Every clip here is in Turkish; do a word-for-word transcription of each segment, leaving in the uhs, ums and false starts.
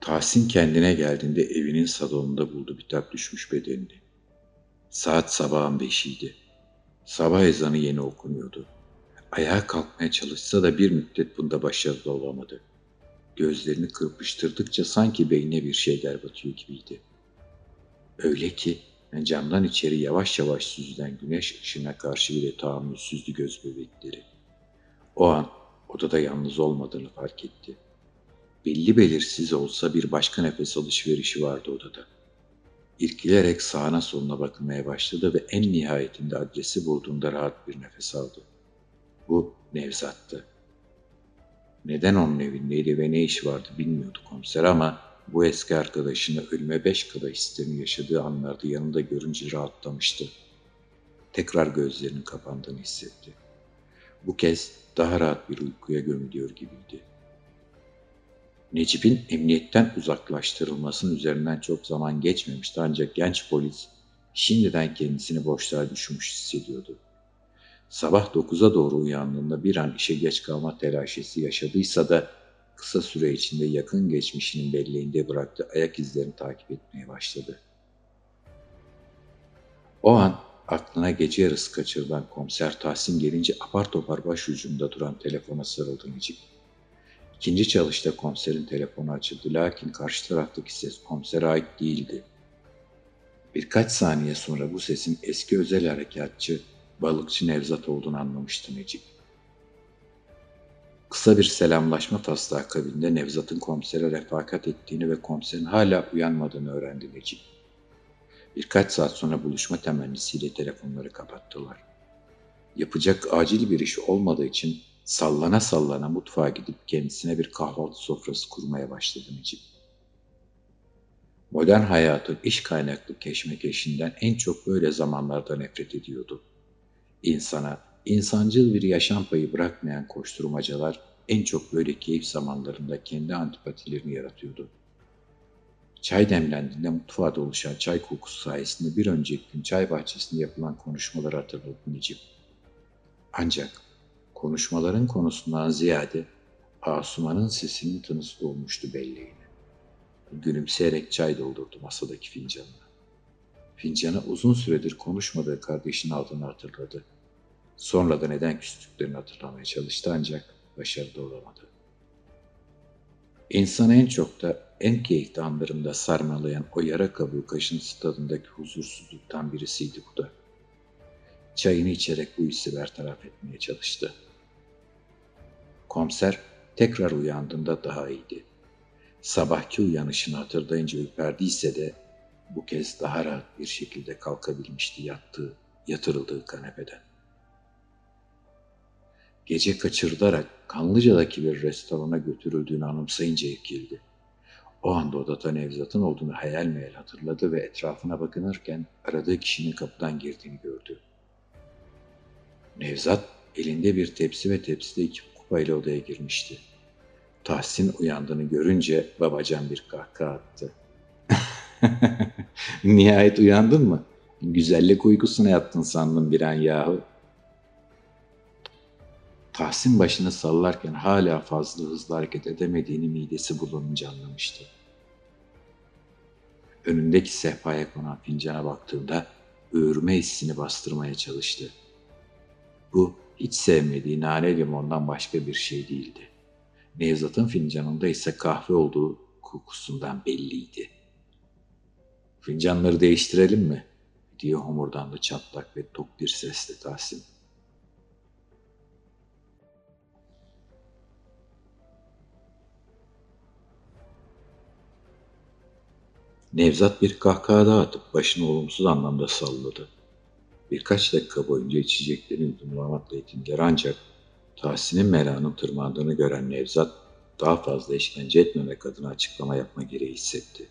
Tahsin kendine geldiğinde evinin salonunda buldu bitap düşmüş bedenini. Saat sabahın beşiydi. Sabah ezanı yeni okunuyordu. Ayağa kalkmaya çalışsa da bir müddet bunda başarılı olamadı. Gözlerini kırpıştırdıkça sanki beynine bir şeyler batıyor gibiydi. Öyle ki camdan içeri yavaş yavaş süzülen güneş ışığına karşı bile tahammülsüzdü göz bebekleri. O an odada yalnız olmadığını fark etti. Belli belirsiz olsa bir başka nefes alışverişi vardı odada. İrkilerek sağına soluna bakmaya başladı ve en nihayetinde adresi bulduğunda rahat bir nefes aldı. Bu Nevzat'tı. Neden onun evindeydi ve ne iş vardı bilmiyordu komiser ama bu eski arkadaşını ölüme beş kadeh hislerini yaşadığı anlarda yanında görünce rahatlamıştı. Tekrar gözlerinin kapandığını hissetti. Bu kez daha rahat bir uykuya gömülüyor gibiydi. Necip'in emniyetten uzaklaştırılmasının üzerinden çok zaman geçmemişti ancak genç polis şimdiden kendisini boşluğa düşmüş hissediyordu. Sabah dokuza doğru uyandığında bir an işe geç kalma telaşesi yaşadıysa da kısa süre içinde yakın geçmişinin belleğinde bıraktığı ayak izlerini takip etmeye başladı. O an aklına gece yarısı kaçırılan komiser Tahsin gelince apar topar başucunda duran telefona sarıldı Necip. İkinci çalışta komiserin telefonu açıldı lakin karşı taraftaki ses komisere ait değildi. Birkaç saniye sonra bu sesin eski özel harekatçı balıkçı Nevzat olduğunu anlamıştı Necip. Kısa bir selamlaşma faslı akabinde Nevzat'ın komisere refakat ettiğini ve komiserin hala uyanmadığını öğrendi Necip. Birkaç saat sonra buluşma temennisiyle telefonları kapattılar. Yapacak acil bir iş olmadığı için sallana sallana mutfağa gidip kendisine bir kahvaltı sofrası kurmaya başladı Necip. Modern hayatın iş kaynaklı keşmekeşinden en çok böyle zamanlarda nefret ediyordu. İnsana, insancıl bir yaşam payı bırakmayan koşturmacalar en çok böyle keyif zamanlarında kendi antipatilerini yaratıyordu. Çay demlendiğinde mutfağa oluşan çay kokusu sayesinde bir önceki gün çay bahçesinde yapılan konuşmaları hatırladı Necip. Ancak konuşmaların konusundan ziyade Asuman'ın sesinin tınısı dolmuştu belleğine. Gülümseyerek çay doldurdu masadaki fincanına. Fincana uzun süredir konuşmadığı kardeşinin adını hatırladı. Sonra da neden küstüklerini hatırlamaya çalıştı ancak başarılı olamadı. İnsanı en çok da en keyifli anlarında sarmalayan o yara kabuğu kaşıntısı tadındaki huzursuzluktan birisiydi bu da. Çayını içerek bu hissi bertaraf etmeye çalıştı. Komiser tekrar uyandığında daha iyiydi. Sabahki uyanışını hatırlayınca ürperdiyse de bu kez daha rahat bir şekilde kalkabilmişti yattığı, yatırıldığı kanepeden. Gece kaçırılarak Kanlıca'daki bir restorana götürüldüğünü anımsayınca irkildi. O anda odada Nevzat'ın olduğunu hayal meyal hatırladı ve etrafına bakınırken aradığı kişinin kapıdan girdiğini gördü. Nevzat elinde bir tepsi ve tepside iki kupayla odaya girmişti. Tahsin uyandığını görünce babacan bir kahkaha attı. Nihayet uyandın mı? Güzellik uykusuna yattın sandım bir an yahu. Tahsin başını sallarken hala fazla hızlı hareket edemediğini midesi bulununca anlamıştı. Önündeki sehpaya konan fincana baktığında öğürme hissini bastırmaya çalıştı. Bu hiç sevmediği nane limondan başka bir şey değildi. Nevzat'ın fincanında ise kahve olduğu kokusundan belliydi. "Fincanları değiştirelim mi?" diye homurdandı çatlak ve tok bir sesle Tahsin. Nevzat bir kahkaha daha atıp başını olumsuz anlamda salladı. Birkaç dakika boyunca içeceklerini yudumlamakla yetindiler ancak Tahsin'in merakının tırmandığını gören Nevzat daha fazla işkence etmemek adına açıklama yapma gereği hissetti.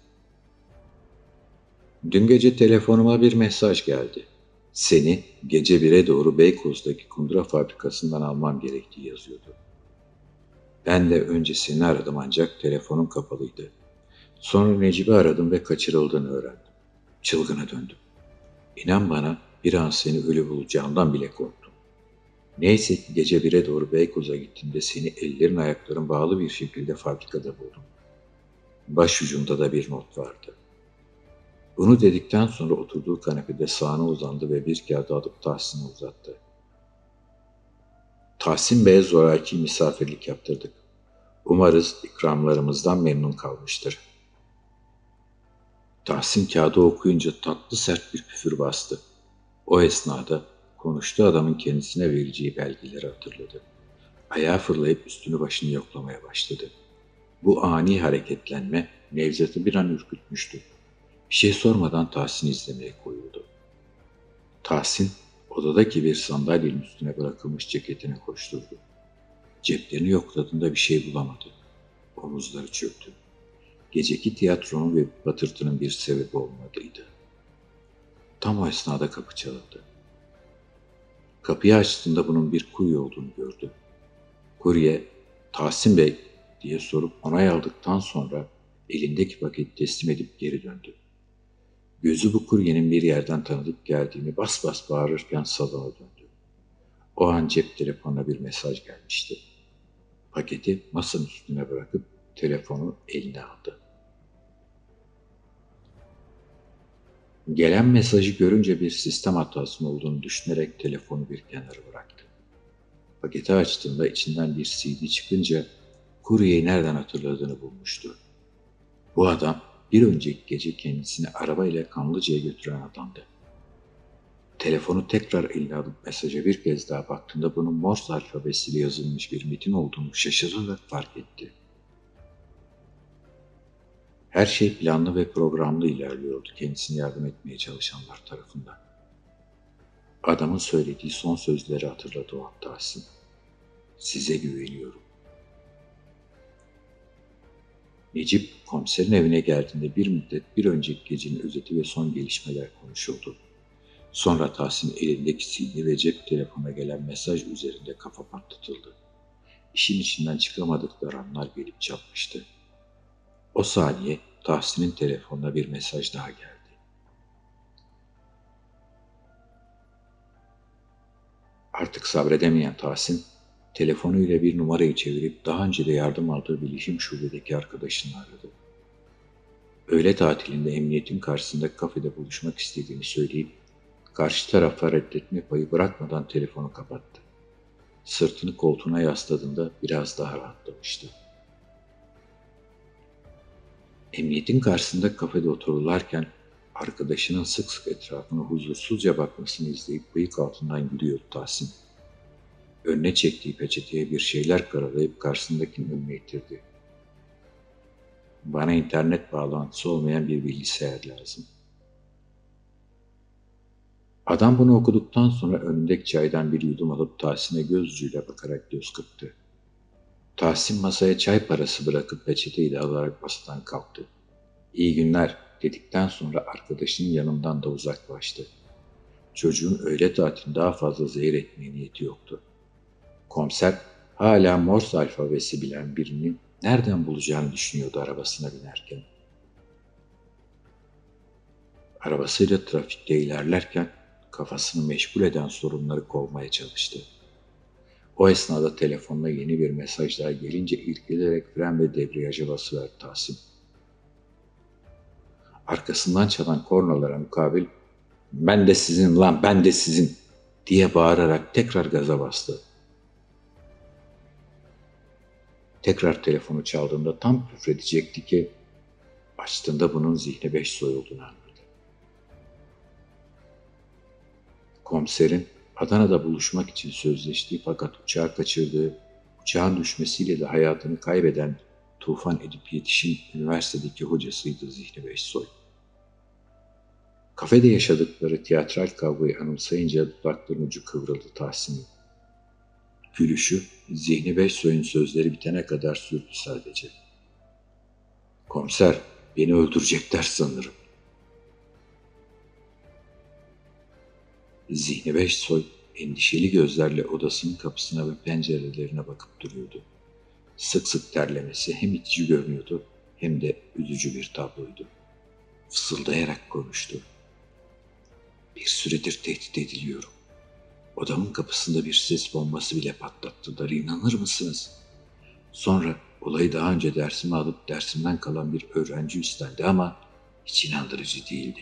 "Dün gece telefonuma bir mesaj geldi. Seni gece bire doğru Beykoz'daki kundura fabrikasından almam gerektiği yazıyordu. Ben de önce seni aradım ancak telefonun kapalıydı. Sonra Necip'i aradım ve kaçırıldığını öğrendim. Çılgına döndüm. İnan bana bir an seni ölü bulacağımdan bile korktum. Neyse ki gece bire doğru Beykoz'a gittiğimde seni ellerin ayakların bağlı bir şekilde fabrikada buldum. Başucunda da bir not vardı. Bunu dedikten sonra oturduğu kanepede sağına uzandı ve bir kağıdı alıp Tahsin'e uzattı. Tahsin Bey'e zoraki misafirlik yaptırdık. Umarız ikramlarımızdan memnun kalmıştır. Tahsin kağıdı okuyunca tatlı sert bir küfür bastı. O esnada konuştuğu adamın kendisine vereceği belgeleri hatırladı. Ayağa fırlayıp üstünü başını yoklamaya başladı. Bu ani hareketlenme Nevzat'ı bir an ürkütmüştü. Bir şey sormadan Tahsin'i izlemeye koyuldu. Tahsin, odadaki bir sandalyenin üstüne bırakılmış ceketine koşturdu. Ceplerini yokladığında bir şey bulamadı. Omuzları çöktü. Geceki tiyatronun ve patırtının bir sebebi olmadıydı. Tam o esnada kapı çalındı. Kapıyı açtığında bunun bir kurye olduğunu gördü. Kurye, "Tahsin Bey" diye sorup onay aldıktan sonra elindeki paketi teslim edip geri döndü. Gözü bu kuryenin bir yerden tanıdık geldiğini bas bas bağırırken salona döndü. O an cep telefonuna bir mesaj gelmişti. Paketi masanın üstüne bırakıp telefonu eline aldı. Gelen mesajı görünce bir sistem hatasının olduğunu düşünerek telefonu bir kenara bıraktı. Paketi açtığında içinden bir C D çıkınca kuryeyi nereden hatırladığını bulmuştu. Bu adam bir önceki gece kendisini arabayla Kanlıca'ya götüren adamdı. Telefonu tekrar eline alıp mesaja bir kez daha baktığında bunun Morse alfabesiyle yazılmış bir metin olduğunu şaşırarak fark etti. Her şey planlı ve programlı ilerliyordu kendisine yardım etmeye çalışanlar tarafından. Adamın söylediği son sözleri hatırladı o an Tahsin. "Size güveniyorum." Necip komiserin evine geldiğinde bir müddet bir önceki gecenin özeti ve son gelişmeler konuşuldu. Sonra Tahsin elindeki C D ve cep telefonuna gelen mesaj üzerinde kafa patlatıldı. İşin içinden çıkamadıkları anlar gelip çatmıştı. O saniye Tahsin'in telefonuna bir mesaj daha geldi. Artık sabredemeyen Tahsin, telefonuyla bir numarayı çevirip daha önce de yardım aldığı bilişim şubedeki arkadaşını aradı. Öğle tatilinde emniyetin karşısında kafede buluşmak istediğini söyleyip karşı tarafa reddetme payı bırakmadan telefonu kapattı. Sırtını koltuğuna yasladığında biraz daha rahatlamıştı. Emniyetin karşısında kafede otururlarken arkadaşının sık sık etrafına huzursuzca bakmasını izleyip bıyık altından gülüyordu Tahsin. Önüne çektiği peçeteye bir şeyler karalayıp karşısındakinin önüne itirdi. "Bana internet bağlantısı olmayan bir bilgisayar lazım." Adam bunu okuduktan sonra önündeki çaydan bir yudum alıp Tahsin'e göz ucuyla bakarak göz kırptı. Tahsin masaya çay parası bırakıp peçeteyi de alarak masadan kalktı. "İyi günler" dedikten sonra arkadaşının yanından da uzaklaştı. Çocuğun öğle tatilini daha fazla zehir etmeye niyeti yoktu. Komiser hala Morse alfabesi bilen birinin nereden bulacağını düşünüyordu arabasına binerken. Arabasıyla trafikte ilerlerken kafasını meşgul eden sorunları kovmaya çalıştı. O esnada telefonuna yeni bir mesaj daha gelince irkilerek fren ve debriyaja basıverdi Tahsin. Arkasından çalan kornalara mukabil "Ben de sizin lan ben de sizin" diye bağırarak tekrar gaza bastı. Tekrar telefonu çaldığında tam küfredecekti ki açtığında bunun Zihni Beşsoy olduğunu anladı. Komiserin Adana'da buluşmak için sözleştiği fakat uçağı kaçırdığı, uçağın düşmesiyle de hayatını kaybeden Tufan Edip Yetiş'in üniversitedeki hocasıydı Zihni Beşsoy. Kafede yaşadıkları tiyatral kavgayı anımsayınca dudaklarının ucu kıvrıldı Tahsin'in. Gülüşü Zihni Beşsoy'un sözleri bitene kadar sürdü sadece. "Komiser, beni öldürecekler sanırım." Zihni Beşsoy endişeli gözlerle odasının kapısına ve pencerelerine bakıp duruyordu. Sık sık terlemesi hem itici görünüyordu hem de üzücü bir tabloydu. Fısıldayarak konuştu. "Bir süredir tehdit ediliyorum. Odamın kapısında bir ses bombası bile patlattılar, inanır mısınız? Sonra Olayı daha önce dersime alıp dersimden kalan bir öğrenci üstlendi ama hiç inandırıcı değildi.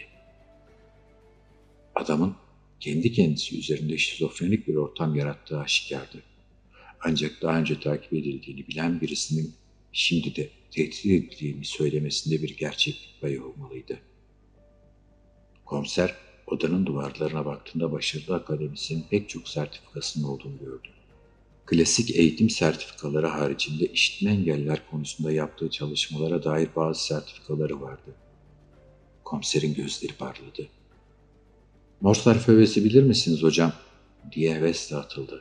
Adamın kendi kendisi üzerinde şizofrenik bir ortam yarattığı aşikardı. Ancak daha önce takip edildiğini bilen birisinin şimdi de tehdit edildiğini söylemesinde bir gerçeklik payı olmalıydı. Komiser odanın duvarlarına baktığında başarılı akademisyenin pek çok sertifikasının olduğunu gördü. Klasik eğitim sertifikaları haricinde işitme engelliler konusunda yaptığı çalışmalara dair bazı sertifikaları vardı. Komiserin gözleri parladı. "Morse alfabesi bilir misiniz hocam?" diye hevesle atıldı.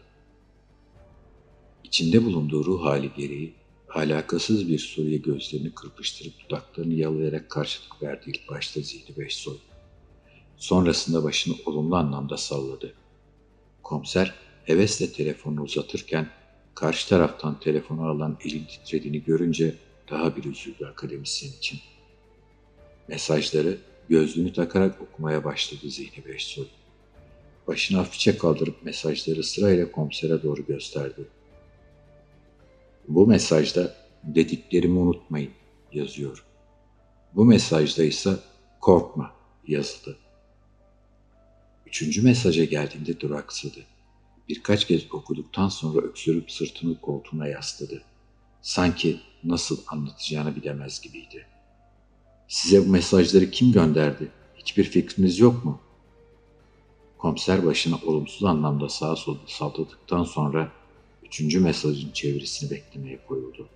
İçinde bulunduğu ruh hali gereği alakasız bir soruya gözlerini kırpıştırıp dudaklarını yalayarak karşılık verdi ilk başta Zihni Beşsoy. Sonrasında başını olumlu anlamda salladı. Komiser hevesle telefonunu uzatırken karşı taraftan telefonu alan elin titrediğini görünce daha bir üzüldü akademisyen için. Mesajları gözlüğünü takarak okumaya başladı Zihni Beşsoy. Başını hafifçe kaldırıp mesajları sırayla komisere doğru gösterdi. "Bu mesajda dediklerimi unutmayın" yazıyor. Bu mesajda ise "korkma" yazılı. Üçüncü mesaja geldiğinde duraksadı. Birkaç kez okuduktan sonra öksürüp sırtını koltuğuna yasladı. Sanki nasıl anlatacağını bilemez gibiydi. "Size bu mesajları kim gönderdi? Hiçbir fikriniz yok mu?" Komiser başını olumsuz anlamda sağa sola salladıktan sonra üçüncü mesajın çevirisini beklemeye koyuldu.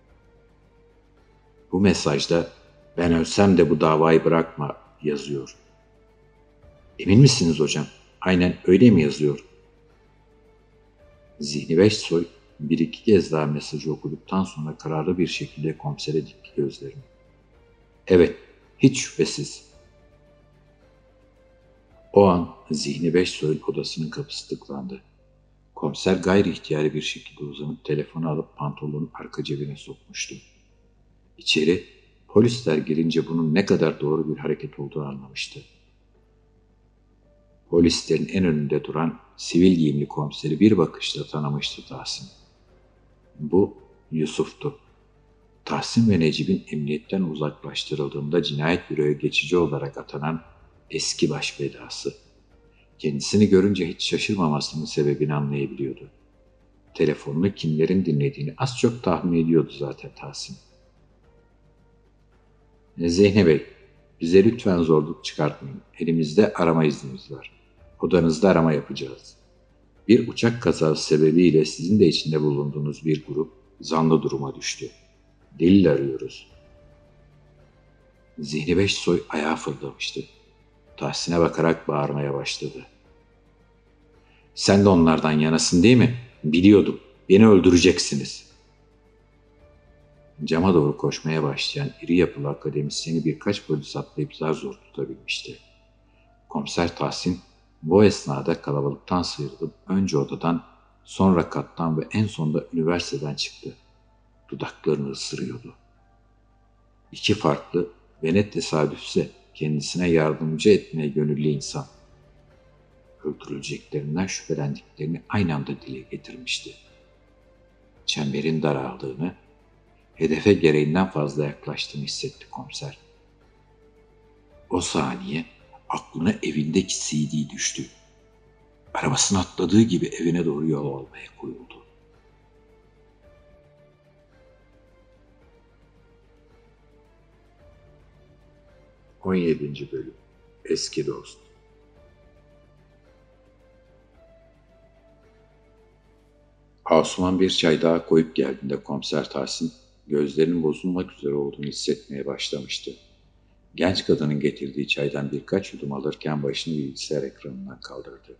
Bu mesajda "ben ölsem de bu davayı bırakma" yazıyor. "Emin misiniz hocam? Aynen öyle mi yazıyor?" Zihni Beşsoy bir iki kez daha mesajı okuduktan sonra kararlı bir şekilde komisere dikti gözlerini. "Evet, hiç şüphesiz." O an Zihni Beşsoy'un odasının kapısı tıklandı. Komiser gayri ihtiyari bir şekilde uzanıp telefonu alıp pantolonun arka cebine sokmuştu. İçeri polisler girince bunun ne kadar doğru bir hareket olduğunu anlamıştı. Polislerin en önünde duran sivil giyimli komiseri bir bakışla tanımıştı Tahsin. Bu Yusuf'tu. Tahsin ve Necip'in emniyetten uzaklaştırıldığında cinayet büroya geçici olarak atanan eski baş belası. Kendisini görünce hiç şaşırmamasının sebebini anlayabiliyordu. Telefonunu kimlerin dinlediğini az çok tahmin ediyordu zaten Tahsin. "Zihni Bey, bize lütfen zorluk çıkartmayın. Elimizde arama iznimiz var. Odanızda arama yapacağız. Bir uçak kazası sebebiyle sizin de içinde bulunduğunuz bir grup zanlı duruma düştü. Delil arıyoruz." Zihni Beşsoy ayağa fırlamıştı. Tahsin'e bakarak bağırmaya başladı. "Sen de onlardan yanasın değil mi? Biliyordum. Beni öldüreceksiniz." Cama doğru koşmaya başlayan iri yapılı akademisyeni birkaç polis atlayıp zar zor tutabilmişti. Komiser Tahsin bu esnada kalabalıktan sıyrılıp önce odadan, sonra kattan ve en sonunda üniversiteden çıktı. Dudaklarını ısırıyordu. İki farklı ve ne tesadüfse kendisine yardımcı etmeye gönüllü insan öldürüleceklerinden şüphelendiklerini aynı anda dile getirmişti. Çemberin daraldığını, hedefe gereğinden fazla yaklaştığını hissetti komiser. O saniye aklına evindeki C D düştü. Arabasına atladığı gibi evine doğru yol almaya koyuldu. on yedinci Bölüm Eski Dost. Asuman bir çay daha koyup geldiğinde komiser Tahsin gözlerinin bozulmak üzere olduğunu hissetmeye başlamıştı. Genç kadının getirdiği çaydan birkaç yudum alırken başını bilgisayar ekranından kaldırdı.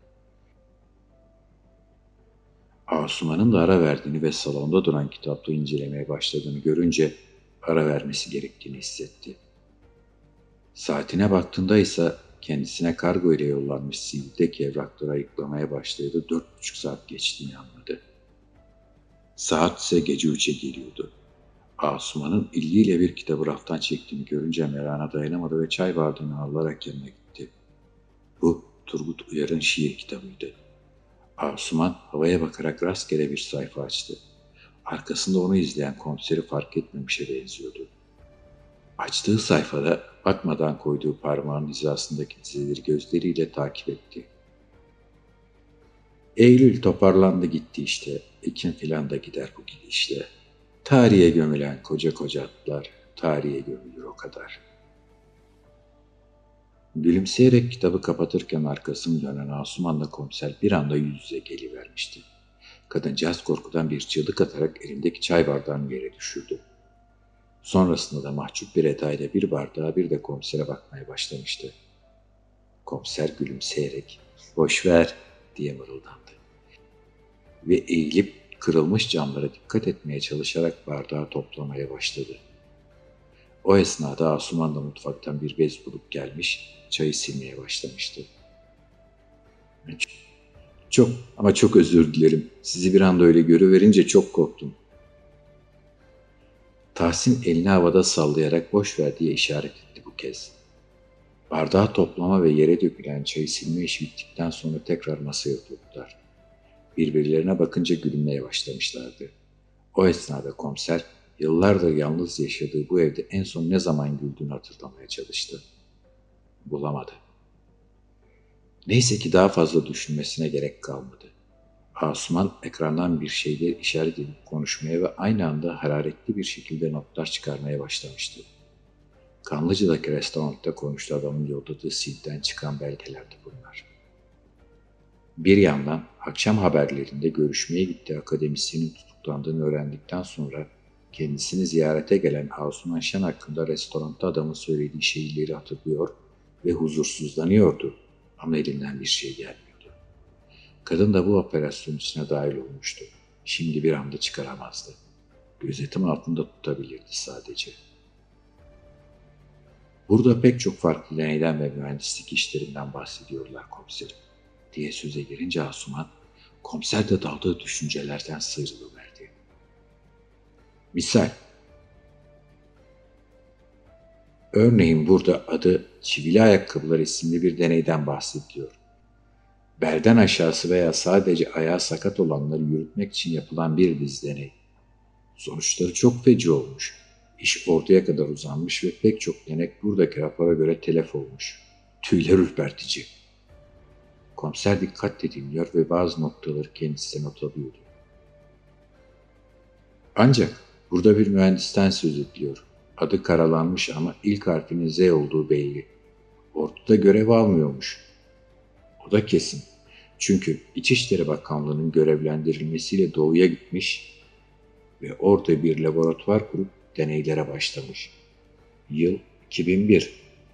Asuman'ın da ara verdiğini ve salonda duran kitaplığı incelemeye başladığını görünce ara vermesi gerektiğini hissetti. Saatine baktığında ise kendisine kargo ile yollanmış C D'deki evrakları ayıklamaya başladığı dört buçuk saat geçtiğini anladı. Saat ise gece üçe geliyordu. Asuman'ın ilgiyle bir kitabı raftan çektiğini görünce merakına dayanamadı ve çay bardağını alarak yanına gitti. Bu Turgut Uyar'ın şiir kitabıydı. Asuman havaya bakarak rastgele bir sayfa açtı. Arkasında onu izleyen komiseri fark etmemişe benziyordu. Açtığı sayfada bakmadan koyduğu parmağın hizasındaki dizeleri gözleriyle takip etti. Eylül toparlandı gitti işte. Ekim filan da gider bu gidişle. Tarihe gömülen koca koca atlar tarihe gömülür o kadar. Gülümseyerek kitabı kapatırken arkasını dönen Asuman'la komiser bir anda yüz yüze gelivermişti. Kadıncağız korkudan bir çığlık atarak elindeki çay bardağını yere düşürdü. Sonrasında da mahcup bir edayla bir bardağa bir de komisere bakmaya başlamıştı. Komiser gülümseyerek "Boş ver" diye mırıldandı. Ve eğilip kırılmış camlara dikkat etmeye çalışarak bardağı toplamaya başladı. O esnada Asuman da mutfaktan bir bez bulup gelmiş, çayı silmeye başlamıştı. "Çok ama çok özür dilerim. Sizi bir anda öyle görüverince çok korktum." Tahsin elini havada sallayarak "Boş ver" diye işaret etti bu kez. Bardağı toplama ve yere dökülen çayı silme işi bittikten sonra tekrar masaya oturdular. Birbirlerine bakınca gülünmeye başlamışlardı. O esnada komiser yıllardır yalnız yaşadığı bu evde en son ne zaman güldüğünü hatırlamaya çalıştı. Bulamadı. Neyse ki daha fazla düşünmesine gerek kalmadı. Asuman ekrandan bir şeyler işaret edip konuşmaya ve aynı anda hararetli bir şekilde notlar çıkarmaya başlamıştı. Kanlıca'daki restoranda konuştuğu adamın yolladığı C D'den çıkan belgelerdi bunlar. Bir yandan akşam haberlerinde görüşmeye gittiği akademisyenin tutuklandığını öğrendikten sonra kendisini ziyarete gelen Asuman Şen hakkında restoranda adamın söylediği şeyleri hatırlıyor ve huzursuzlanıyordu ama elinden bir şey gelmiyordu. Kadın da bu operasyon içine dahil olmuştu. Şimdi bir anda çıkaramazdı. Gözetim altında tutabilirdi sadece. Burada pek çok farklı deneyden ve mühendislik işlerinden bahsediyorlar komiserim diye söze girince Asuman, komiser de daldığı düşüncelerden sıyrılıverdi. Misal, örneğin burada adı Çivili Ayakkabılar isimli bir deneyden bahsediliyor. Belden aşağısı veya sadece ayağı sakat olanları yürütmek için yapılan bir dizi deney. Sonuçları çok feci olmuş. İş ortaya kadar uzanmış ve pek çok denek buradaki rapora göre telef olmuş. Tüyler ürpertici. Komiser dikkatle dinliyor ve bazı noktaları kendisine not alıyordu. Ancak burada bir mühendisten söz ediliyor. Adı karalanmış ama ilk harfinin Z olduğu belli. Ordu'da görev almıyormuş. O da kesin. Çünkü İçişleri Bakanlığı'nın görevlendirilmesiyle doğuya gitmiş ve orada bir laboratuvar kurup deneylere başlamış. Yıl iki bin bir.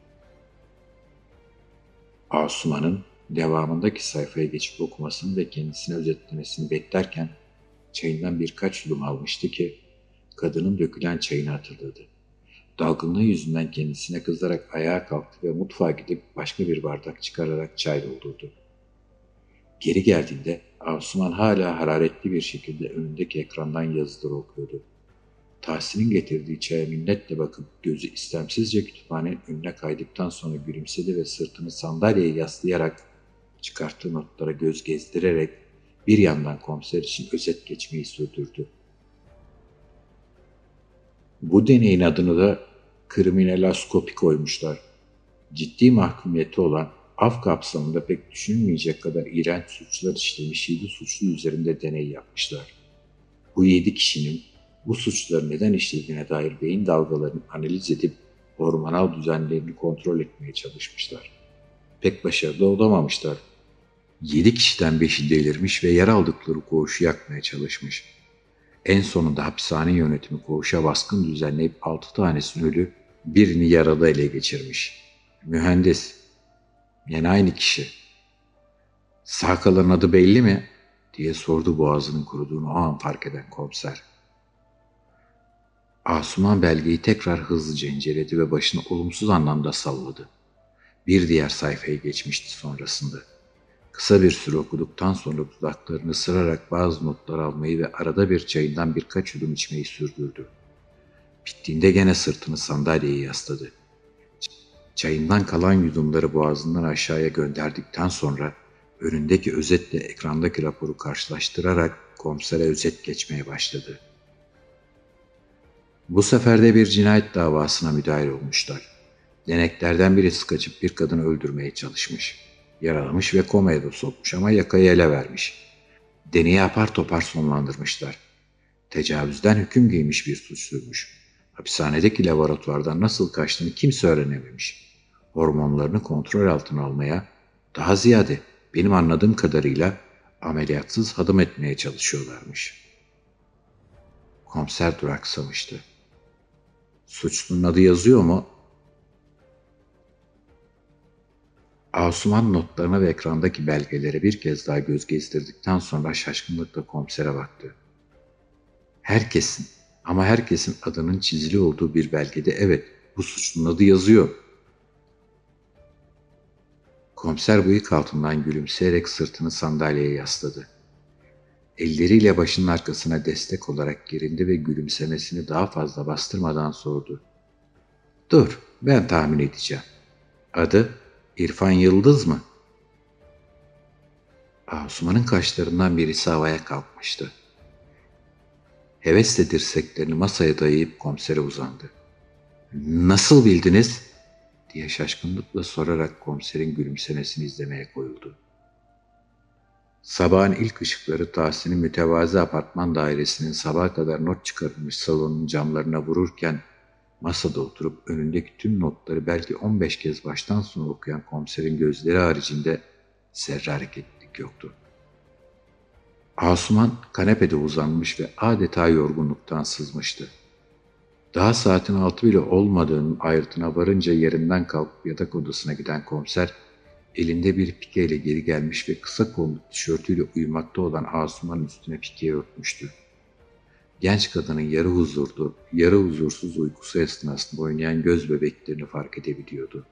Asuman'ın devamındaki sayfaya geçip okumasını ve kendisine özetlemesini beklerken çayından birkaç yudum almıştı ki kadının dökülen çayını hatırladı. Dalgınlığı yüzünden kendisine kızarak ayağa kalktı ve mutfağa gidip başka bir bardak çıkararak çay doldurdu. Geri geldiğinde Asuman hala hararetli bir şekilde önündeki ekrandan yazıları okuyordu. Tahsin'in getirdiği çaya minnetle bakıp gözü istemsizce kütüphanenin önüne kaydıktan sonra gülümsedi ve sırtını sandalyeye yaslayarak çıkarttığı notlara göz gezdirerek bir yandan komiser için özet geçmeyi sürdürdü. Bu deneyin adını da kriminaloskopi koymuşlar. Ciddi mahkumiyeti olan af kapsamında pek düşünülmeyecek kadar iğrenç suçlar işlemiş yedi suçlu üzerinde deney yapmışlar. Bu yedi kişinin bu suçları neden işlediğine dair beyin dalgalarını analiz edip hormonal düzenlerini kontrol etmeye çalışmışlar. Pek başarılı olamamışlar. Yedi kişiden beşi delirmiş ve yer aldıkları koğuşu yakmaya çalışmış. En sonunda hapishane yönetimi koğuşa baskın düzenleyip altı tanesini ölü, birini yaralı ele geçirmiş. Mühendis, yani aynı kişi. "Sağ kalan adı belli mi?" diye sordu boğazının kuruduğunu o an fark eden komiser. Asuman belgeyi tekrar hızlıca inceledi ve başını olumsuz anlamda salladı. Bir diğer sayfaya geçmişti sonrasında. Kısa bir süre okuduktan sonra dudaklarını ısırarak bazı notlar almayı ve arada bir çayından birkaç yudum içmeyi sürdürdü. Bittiğinde gene sırtını sandalyeye yasladı. Çayından kalan yudumları boğazından aşağıya gönderdikten sonra önündeki özetle ekrandaki raporu karşılaştırarak komisere özet geçmeye başladı. Bu sefer de bir cinayet davasına müdahil olmuşlar. Deneklerden birisi kaçıp bir kadını öldürmeye çalışmış. Yaralamış ve komaya da sokmuş ama yakayı ele vermiş. Deneyi apar topar sonlandırmışlar. Tecavüzden hüküm giymiş bir suçluymuş. Hapishanedeki laboratuvardan nasıl kaçtığını kimse öğrenememiş. Hormonlarını kontrol altına almaya, daha ziyade benim anladığım kadarıyla ameliyatsız hadım etmeye çalışıyorlarmış. Komiser duraksamıştı. Suçlunun adı yazıyor mu? Asuman notlarına ve ekrandaki belgelere bir kez daha göz gezdirdikten sonra şaşkınlıkla komisere baktı. Herkesin ama herkesin adının çizili olduğu bir belgede evet bu suçlunun adı yazıyor. Komiser bıyık altından gülümseyerek sırtını sandalyeye yasladı. Elleriyle başının arkasına destek olarak gerindi ve gülümsemesini daha fazla bastırmadan sordu. Dur, ben tahmin edeceğim. Adı İrfan Yıldız mı? Asuman'ın kaşlarından birisi havaya kalkmıştı. Hevesle dirseklerini masaya dayayıp komisere uzandı. Nasıl bildiniz? Diye şaşkınlıkla sorarak komiserin gülümsemesini izlemeye koyuldu. Sabahın ilk ışıkları Tahsin'in mütevazi apartman dairesinin sabaha kadar not çıkarılmış salonun camlarına vururken masada oturup önündeki tüm notları belki on beş kez baştan sona okuyan komiserin gözleri haricinde zerre hareketlilik yoktu. Asuman kanepede uzanmış ve adeta yorgunluktan sızmıştı. Daha saatin altı bile olmadığının ayrıtına varınca yerinden kalkıp yatak odasına giden komiser, elinde bir pikeyle geri gelmiş ve kısa kollu tişörtüyle uyumakta olan Asuman'ın üstüne pikeyi örtmüştü. Genç kadının yarı huzurlu, yarı huzursuz uykusu esnasında oynayan göz bebeklerini fark edebiliyordu.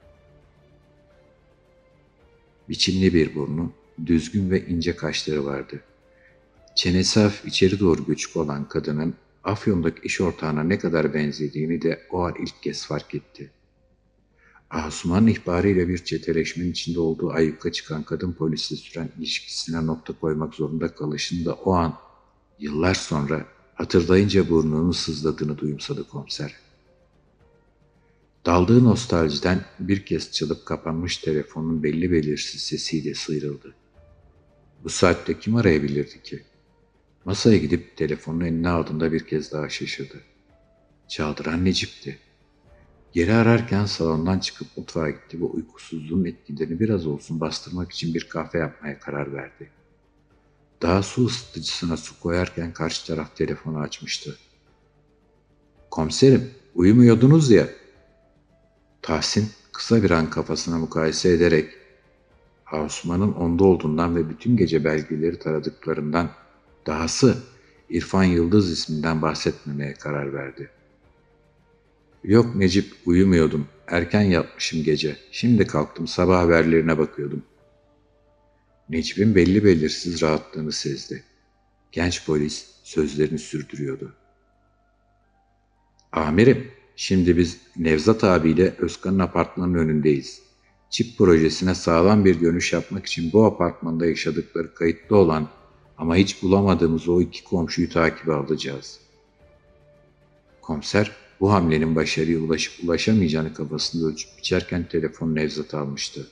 Biçimli bir burnu, düzgün ve ince kaşları vardı. Çenesi hafif içeri doğru göçük olan kadının Afyon'daki iş ortağına ne kadar benzediğini de o an ilk kez fark etti. Asuman'ın ihbarıyla bir çeteleşmenin içinde olduğu ayyuka çıkan kadın polisle süren ilişkisine nokta koymak zorunda kalışını da o an, yıllar sonra hatırlayınca burnunun sızladığını duyumsadı komiser. Daldığı nostaljiden bir kez çalıp kapanmış telefonun belli belirsiz sesiyle sıyrıldı. Bu saatte kim arayabilirdi ki? Masaya gidip telefonun eline aldığında bir kez daha şaşırdı. Çaldıran Necip'ti. Geri ararken salondan çıkıp mutfağa gitti ve uykusuzluğun etkilerini biraz olsun bastırmak için bir kahve yapmaya karar verdi. Daha su ısıtıcısına su koyarken karşı taraf telefonu açmıştı. Komiserim, uyumuyordunuz ya. Tahsin kısa bir an kafasına mukayese ederek Asuman'ın onda olduğundan ve bütün gece belgeleri taradıklarından, dahası İrfan Yıldız isminden bahsetmemeye karar verdi. Yok Necip, uyumuyordum. Erken yatmışım gece. Şimdi kalktım, sabah haberlerine bakıyordum. Necip'in belli belirsiz rahatlığını sezdi. Genç polis sözlerini sürdürüyordu. Amirim, şimdi biz Nevzat abiyle Özkan'ın apartmanının önündeyiz. Çip projesine sağlam bir dönüş yapmak için bu apartmanda yaşadıkları kayıtlı olan ama hiç bulamadığımız o iki komşuyu takibe alacağız. Komiser bu hamlenin başarıya ulaşıp ulaşamayacağını kafasında ölçüp biçerken telefonu Nevzat'a almıştı.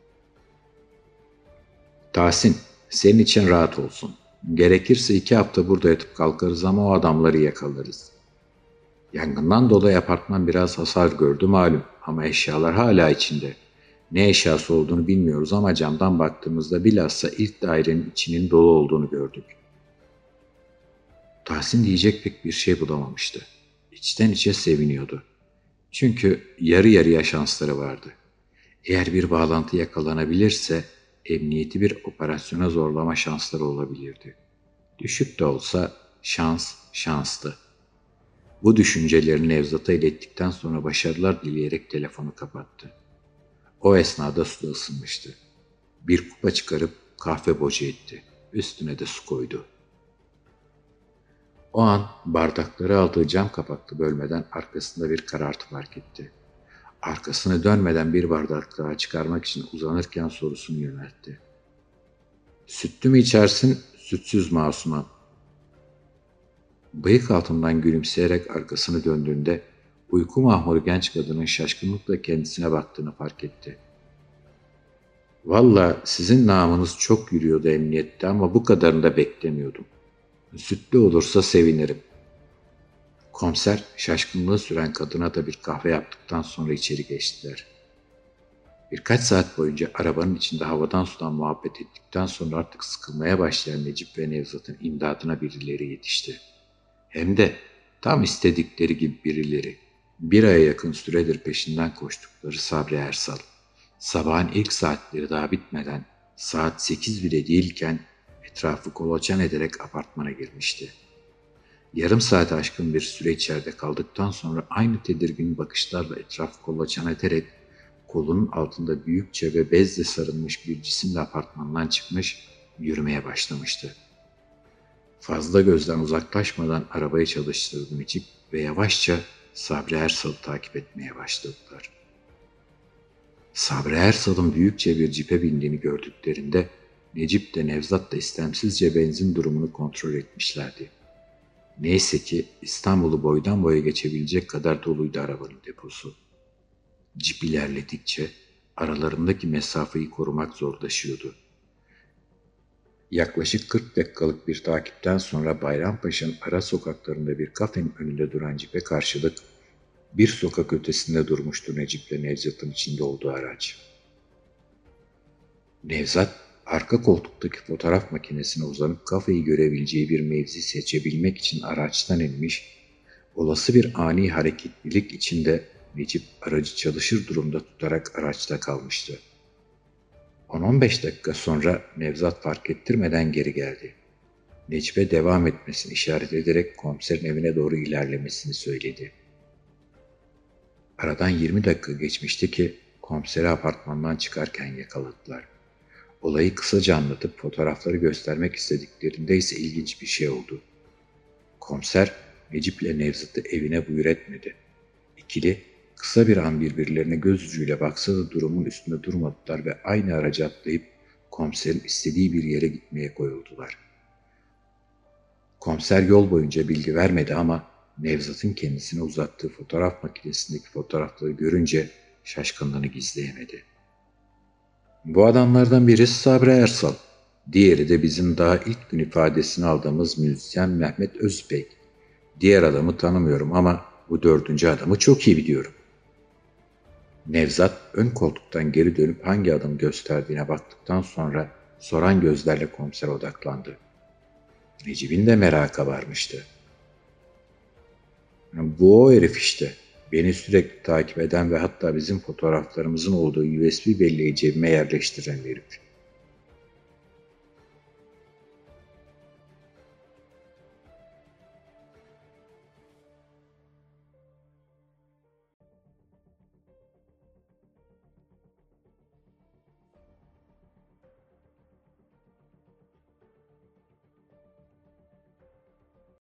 Tahsin, senin için rahat olsun. Gerekirse iki hafta burada yatıp kalkarız ama o adamları yakalarız. Yangından dolayı apartman biraz hasar gördü malum ama eşyalar hala içinde. Ne eşyası olduğunu bilmiyoruz ama camdan baktığımızda bilhassa ilk dairenin içinin dolu olduğunu gördük. Tahsin diyecek pek bir şey bulamamıştı. İçten içe seviniyordu. Çünkü yarı yarıya şansları vardı. Eğer bir bağlantı yakalanabilirse emniyeti bir operasyona zorlama şansları olabilirdi. Düşük de olsa şans şanstı. Bu düşüncelerini Nevzat'a ilettikten sonra başarılar dileyerek telefonu kapattı. O esnada su da ısınmıştı. Bir kupa çıkarıp kahve boca etti. Üstüne de su koydu. O an bardakları aldığı cam kapaklı bölmeden arkasında bir karartı fark etti. Arkasını dönmeden bir bardak daha çıkarmak için uzanırken sorusunu yöneltti. Sütlü mü içersin, sütsüz mü Asuman? Bıyık altından gülümseyerek arkasını döndüğünde uyku mahmuru genç kadının şaşkınlıkla kendisine baktığını fark etti. "Valla sizin namınız çok yürüyordu emniyette ama bu kadarını da beklemiyordum. Sütlü olursa sevinirim." Komiser şaşkınlığı süren kadına da bir kahve yaptıktan sonra içeri geçtiler. Birkaç saat boyunca arabanın içinde havadan sudan muhabbet ettikten sonra artık sıkılmaya başlayan Necip ve Nevzat'ın imdadına birileri yetişti. Hem de tam istedikleri gibi birileri. Bir aya yakın süredir peşinden koştukları Sabri Ersal. Sabahın ilk saatleri daha bitmeden saat sekiz bile değilken etrafı kolaçan ederek apartmana girmişti. Yarım saat aşkın bir süre içeride kaldıktan sonra aynı tedirgin bakışlarla etrafı kolaçan ederek kolunun altında büyükçe ve bezle sarılmış bir cisimle apartmandan çıkmış, yürümeye başlamıştı. Fazla gözden uzaklaşmadan arabayı çalıştırdı Necip ve yavaşça Sabri Ersal'ı takip etmeye başladılar. Sabri Ersal'ın büyükçe bir cipe bindiğini gördüklerinde Necip de Nevzat da istemsizce benzin durumunu kontrol etmişlerdi. Neyse ki İstanbul'u boydan boya geçebilecek kadar doluydu arabanın deposu. Cip ilerledikçe aralarındaki mesafeyi korumak zorlaşıyordu. Yaklaşık kırk dakikalık bir takipten sonra Bayrampaşa'nın ara sokaklarında bir kafenin önünde duran cipe karşılık bir sokak ötesinde durmuştu Necip'le Nevzat'ın içinde olduğu araç. Nevzat, arka koltuktaki fotoğraf makinesine uzanıp kafeyi görebileceği bir mevzi seçebilmek için araçtan inmiş, olası bir ani hareketlilik içinde Necip aracı çalışır durumda tutarak araçta kalmıştı. on on beş dakika sonra Nevzat fark ettirmeden geri geldi. Necip'e devam etmesini işaret ederek komiserin evine doğru ilerlemesini söyledi. Aradan yirmi dakika geçmişti ki komiseri apartmandan çıkarken yakaladılar. Olayı kısaca anlatıp fotoğrafları göstermek istediklerinde ise ilginç bir şey oldu. Komiser Necip ile Nevzat'ı evine buyur etmedi. İkili kısa bir an birbirlerine göz ucuyla baksa da durumun üstünde durmadılar ve aynı araca atlayıp komiserin istediği bir yere gitmeye koyuldular. Komiser yol boyunca bilgi vermedi ama Nevzat'ın kendisine uzattığı fotoğraf makinesindeki fotoğrafları görünce şaşkınlığını gizleyemedi. "Bu adamlardan birisi Sabri Ersal, diğeri de bizim daha ilk gün ifadesini aldığımız müzisyen Mehmet Özbek. Diğer adamı tanımıyorum ama bu dördüncü adamı çok iyi biliyorum." Nevzat ön koltuktan geri dönüp hangi adım gösterdiğine baktıktan sonra soran gözlerle komisere odaklandı. Necip'in de meraka varmıştı. "Bu o herif işte. Beni sürekli takip eden ve hatta bizim fotoğraflarımızın olduğu U S B belleği cebime yerleştiren herif.